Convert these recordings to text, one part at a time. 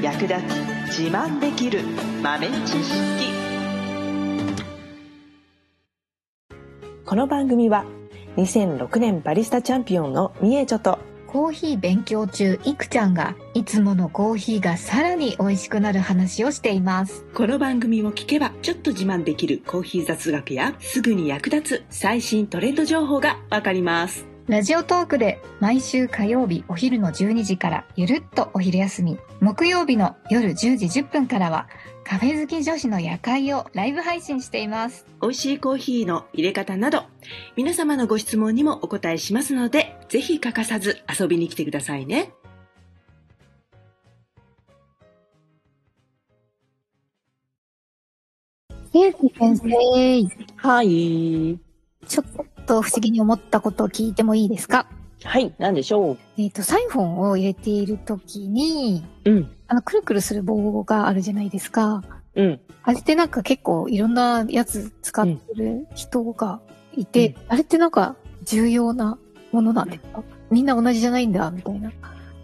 役立つ自慢できる豆知識。この番組は2006年バリスタチャンピオンのみえちょとコーヒー勉強中いくちゃんがいつものコーヒーがさらに美味しくなる話をしています。 この番組を聞けばちょっと自慢できるコーヒー雑学やすぐに役立つ最新トレンド情報がわかります。 ラジオトークで毎週火曜日お昼の12時からゆるっとお昼休み、木曜日の夜10時10分からはカフェ好き女子の夜会をライブ配信しています。 美味しいコーヒーの入れ方など皆様のご質問にもお答えしますので、ぜひ欠かさず遊びに来てくださいね。 ゆうき先生、 はい。 ちょっと不思議に思ったことを聞いてもいいですか？ はい、何でしょサイフォンを入れているときに、 う。 くるくるする棒があるじゃないですか。 うん。 あれってなんか結構いろんなやつ使ってる人がいて、あれってなんか重要なものなんですか？みんな同じじゃないんだ、みたいな。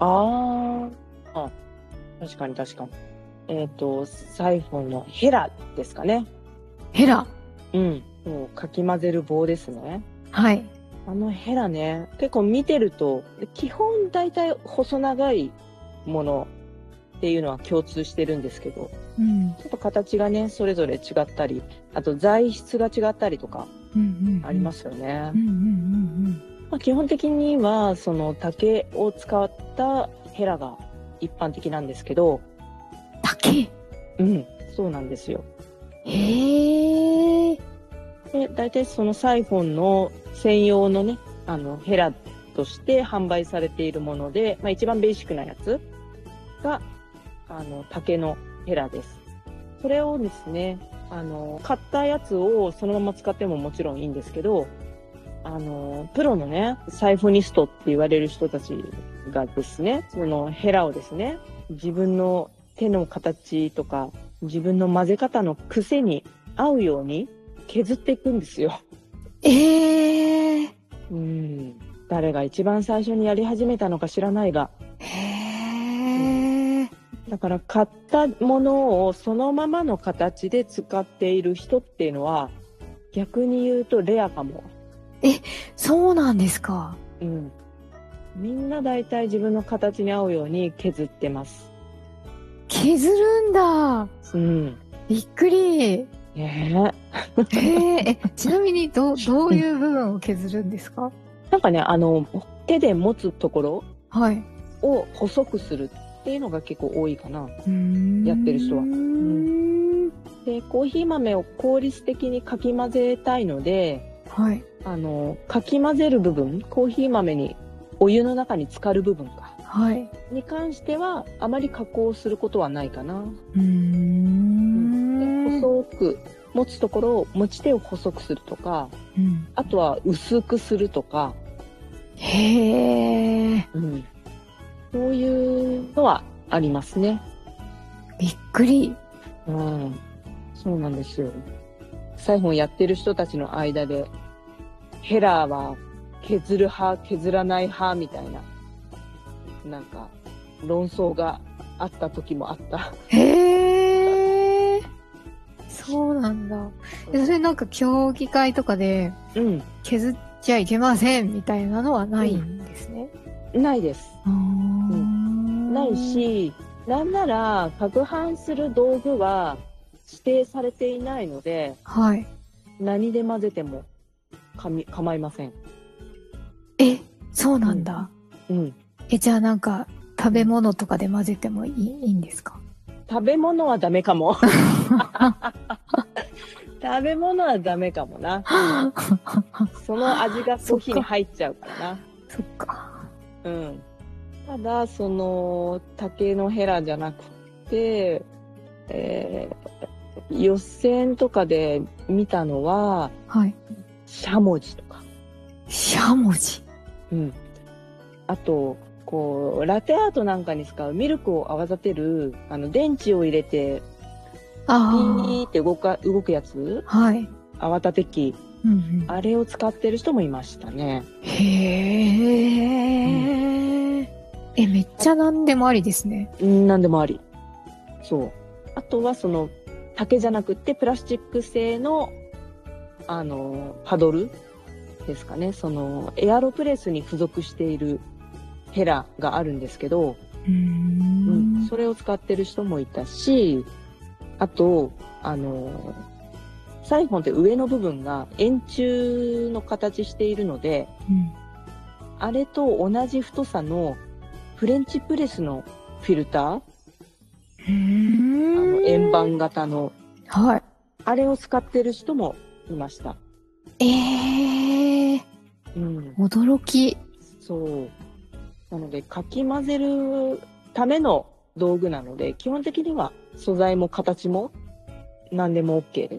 確かに。サイフォンのヘラですかね。 ヘラ。 そう、かき混ぜる棒ですね。 はい。 あのヘラね、結構見てると、基本大体細長いものっていうのは共通してるんですけど、ちょっと形がね、それぞれ違ったり、あと材質が違ったりとか、ありますよね。基本的には、その竹を使ったヘラが一般的なんですけど、 竹？ そうなんですよ。 へー。 で、大体そのサイフォンの専用のね、ヘラとして販売されているもので、一番ベーシックなやつが、竹のヘラです。それをですね、買ったやつをそのまま使ってももちろんいいんですけど、プロのね、サイフォニストって言われる人たちがですね、そのヘラをですね、自分の手の形とか、自分の混ぜ方の癖に合うように削っていくんですよ。誰が一番最初にやり始めたのか知らないが。だから買ったものをそのままの形で使っている人っていうのは、逆に言うとレアかも。 そうなんですか。 みんな大体自分の形に合うように削ってます。 削るんだ。びっくり。ちなみにどういう部分を削るんですか？ なんかね、手で持つところはいを細くするっていうのが結構多いかな。やってる人は。で、コーヒー豆を効率的にかき混ぜたいので、 はい。 かき混ぜる部分、コーヒー豆にお湯の中に浸かる部分か。 はい。 に関しては、あまり加工することはないかな。で、細く持つところを、持ち手を細くするとか、あとは薄くするとか。 へー。 そういうのはありますね。 びっくり。 そうなんですよ。サイフォンやってる人たちの間で、ヘラは削る派、削らない派みたいな、なんか、論争があった時もあった。 へー。そうなんだ。それなんか競技会とかで、削っちゃいけませんみたいなのはないんですね。 ないです。ないし、なんなら、攪拌する道具は指定されていないので、何で混ぜても構いません。 そうなんだ。じゃあなんか、食べ物とかで混ぜてもいいんですか？ 食べ物はダメかも。食べ物はダメかもな。その味がコーヒーに入っちゃうからな。 そっか。 ただ、その、竹のヘラじゃなくて、予選とかで見たのは、しゃもじとか。 しゃもじ？ あと、こう、ラテアートなんかに使うミルクを泡立てる、電池を入れて、ピーって動くやつ？泡立て器。あれを使ってる人もいましたね。 へー。めっちゃ何でもありですね。 何でもあり。 そう。あとはその竹じゃなくてプラスチック製のパドルですかね。そのエアロプレスに付属しているヘラがあるんですけど、それを使ってる人もいたし、あとサイフォンって上の部分が円柱の形しているので、あれと同じ太さのフレンチプレスのフィルター、円盤型の、 はい。 あれを使ってる人もいました。 驚き。 そう。なので、かき混ぜるための道具なので、基本的には素材も形も何でも OK です。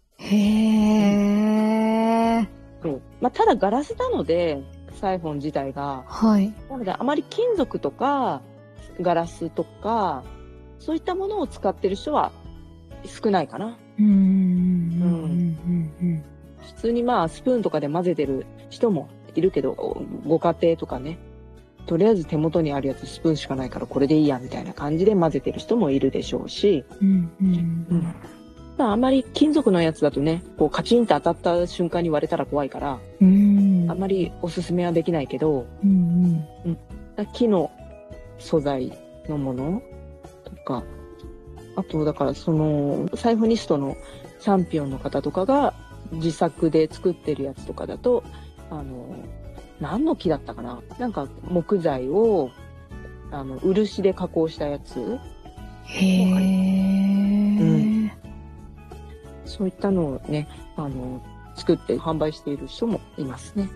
そう。まあ、ただガラスなので、サイフォン自体が。 はい。 なので、あまり金属とか、ガラスとか、そういったものを使ってる人は少ないかな。普通にまあ、スプーンとかで混ぜてる人もいるけど、ご家庭とかね、とりあえず手元にあるやつスプーンしかないからこれでいいやみたいな感じで混ぜてる人もいるでしょうし、まあ、あまり金属のやつだとね、こうカチンと当たった瞬間に割れたら怖いから、あまりおすすめはできないけど、木の素材のものとか、あとだからそのサイフォニストのチャンピオンの方とかが自作で作ってるやつとかだと、何の木だったかな、なんか木材を漆で加工したやつ、そういったのをね、作って販売している人もいますね。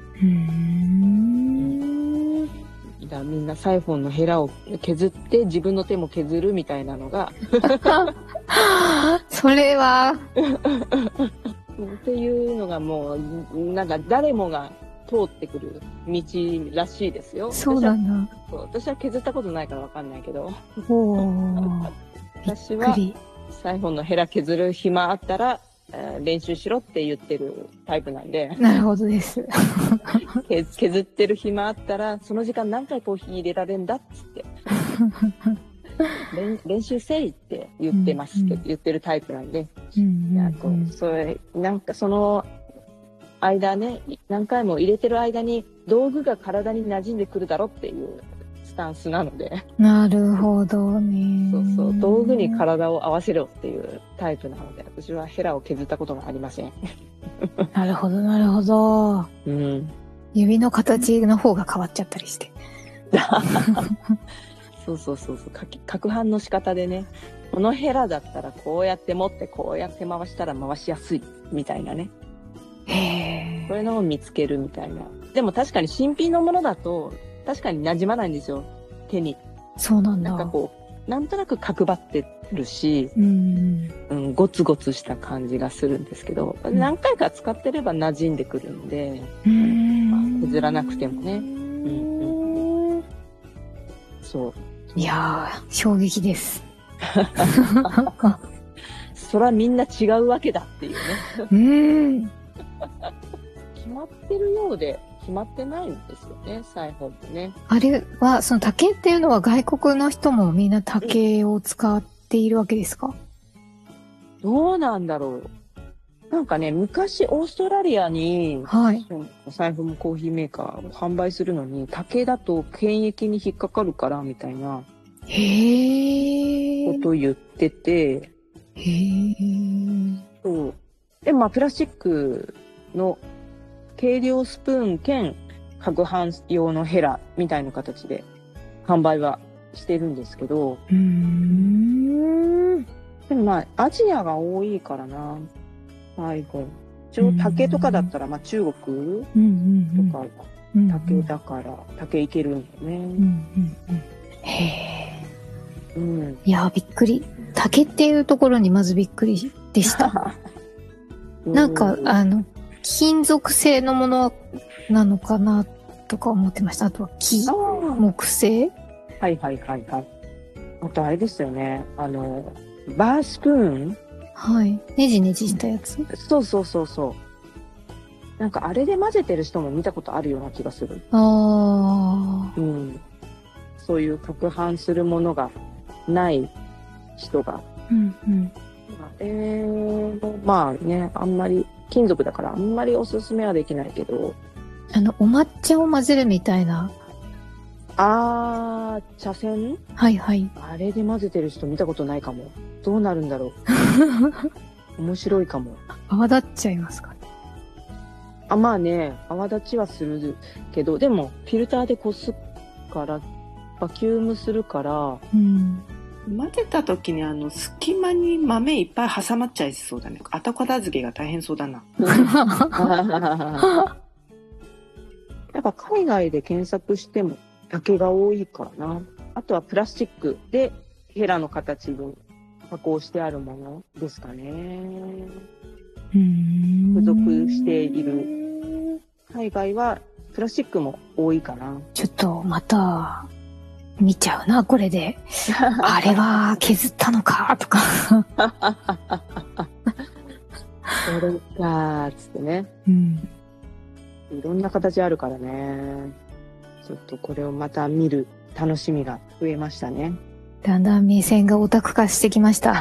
だからみんなサイフォンのヘラを削って自分の手も削るみたいなのがそれはっていうのがもうなんか誰もが通ってくる道らしいですよ。 そうなんだ。 私は削ったことないからわかんないけど、私びっはくり。 サイフォンのヘラ削る暇あったら練習しろって言ってるタイプなんで。 なるほどです。 削ってる暇あったらその時間何回コーヒー入れられんだっつって練習せいって言ってますけど、言ってるタイプなんで、それなんかその間ね、何回も入れてる間に道具が体に馴染んでくるだろっていうスタンスなので。 なるほどね。 そうそう、道具に体を合わせろっていうタイプなので、私はヘラを削ったことがありません。 なるほど、なるほど。指の形の方が変わっちゃったりして。 そう、攪拌の仕方でね、このヘラだったらこうやって持ってこうやって回したら回しやすいみたいなね。そういうのを見つけるみたいな。でも確かに新品のものだと確かに馴染まないんですよ、手に。 そうなんだ。 なんかこうなんとなく角張ってるし、ゴツゴツした感じがするんですけど、何回か使ってれば馴染んでくるんで、削らなくてもね。そう。 いやー、衝撃です。 そらみんな違うわけだっていうね。決まってるようで決まってないんですよね、サイフォンもね。 あれは、その竹っていうのは外国の人もみんな竹を使っているわけですか？ どうなんだろう。なんかね、昔オーストラリアに、お財布もコーヒーメーカーを販売するのに、竹だと検疫に引っかかるからみたいなことを言ってて、そう。で、まあプラスチックの計量スプーン兼攪拌用のヘラみたいな形で販売はしてるんですけど、でもまあアジアが多いからな。一応竹とかだったら、まあ中国とか竹だから竹いけるんだね。 いやー、びっくり。竹っていうところにまずびっくりでした。なんか金属製のものなのかなとか思ってました。あとは木製。 あとあれですよね。バースプーン。 ねじねじしたやつ。 そう。なんかあれで混ぜてる人も見たことあるような気がする。そういう攪拌するものがない人が。 うんうん。 まあね、あんまり、金属だからあんまりおすすめはできないけど。 お抹茶を混ぜるみたいな。 茶筅はいはい。 あれで混ぜてる人見たことないかも。どうなるんだろう。面白いかも。 泡立っちゃいますかね。 まあね、泡立ちはするけど、でも、フィルターでこすから、バキュームするから、 うん。 混ぜた時に隙間に豆いっぱい挟まっちゃいそうだね。後片付けが大変そうだな。 やっぱ海外で検索しても竹が多いからな。あとはプラスチックでヘラの形に加工してあるものですかね。付属している。海外はプラスチックも多いかな。 ちょっとまた見ちゃうな、これで。あれは削ったのかとか。 それかーっつってね。 うん。 いろんな形あるからね。ちょっとこれをまた見る楽しみが増えましたね。 だんだん目線がオタク化してきました。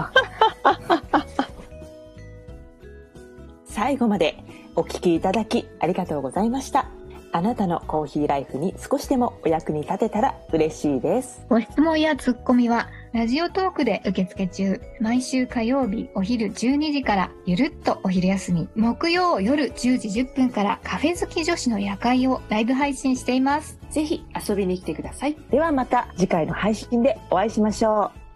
最後までお聞きいただきありがとうございました。あなたのコーヒーライフに少しでもお役に立てたら嬉しいです。 ご質問やツッコミはラジオトークで受付中。毎週火曜日お昼12時からゆるっとお昼休み、木曜夜10時10分からカフェ好き女子の夜会をライブ配信しています。 ぜひ遊びに来てください。 ではまた次回の配信でお会いしましょう。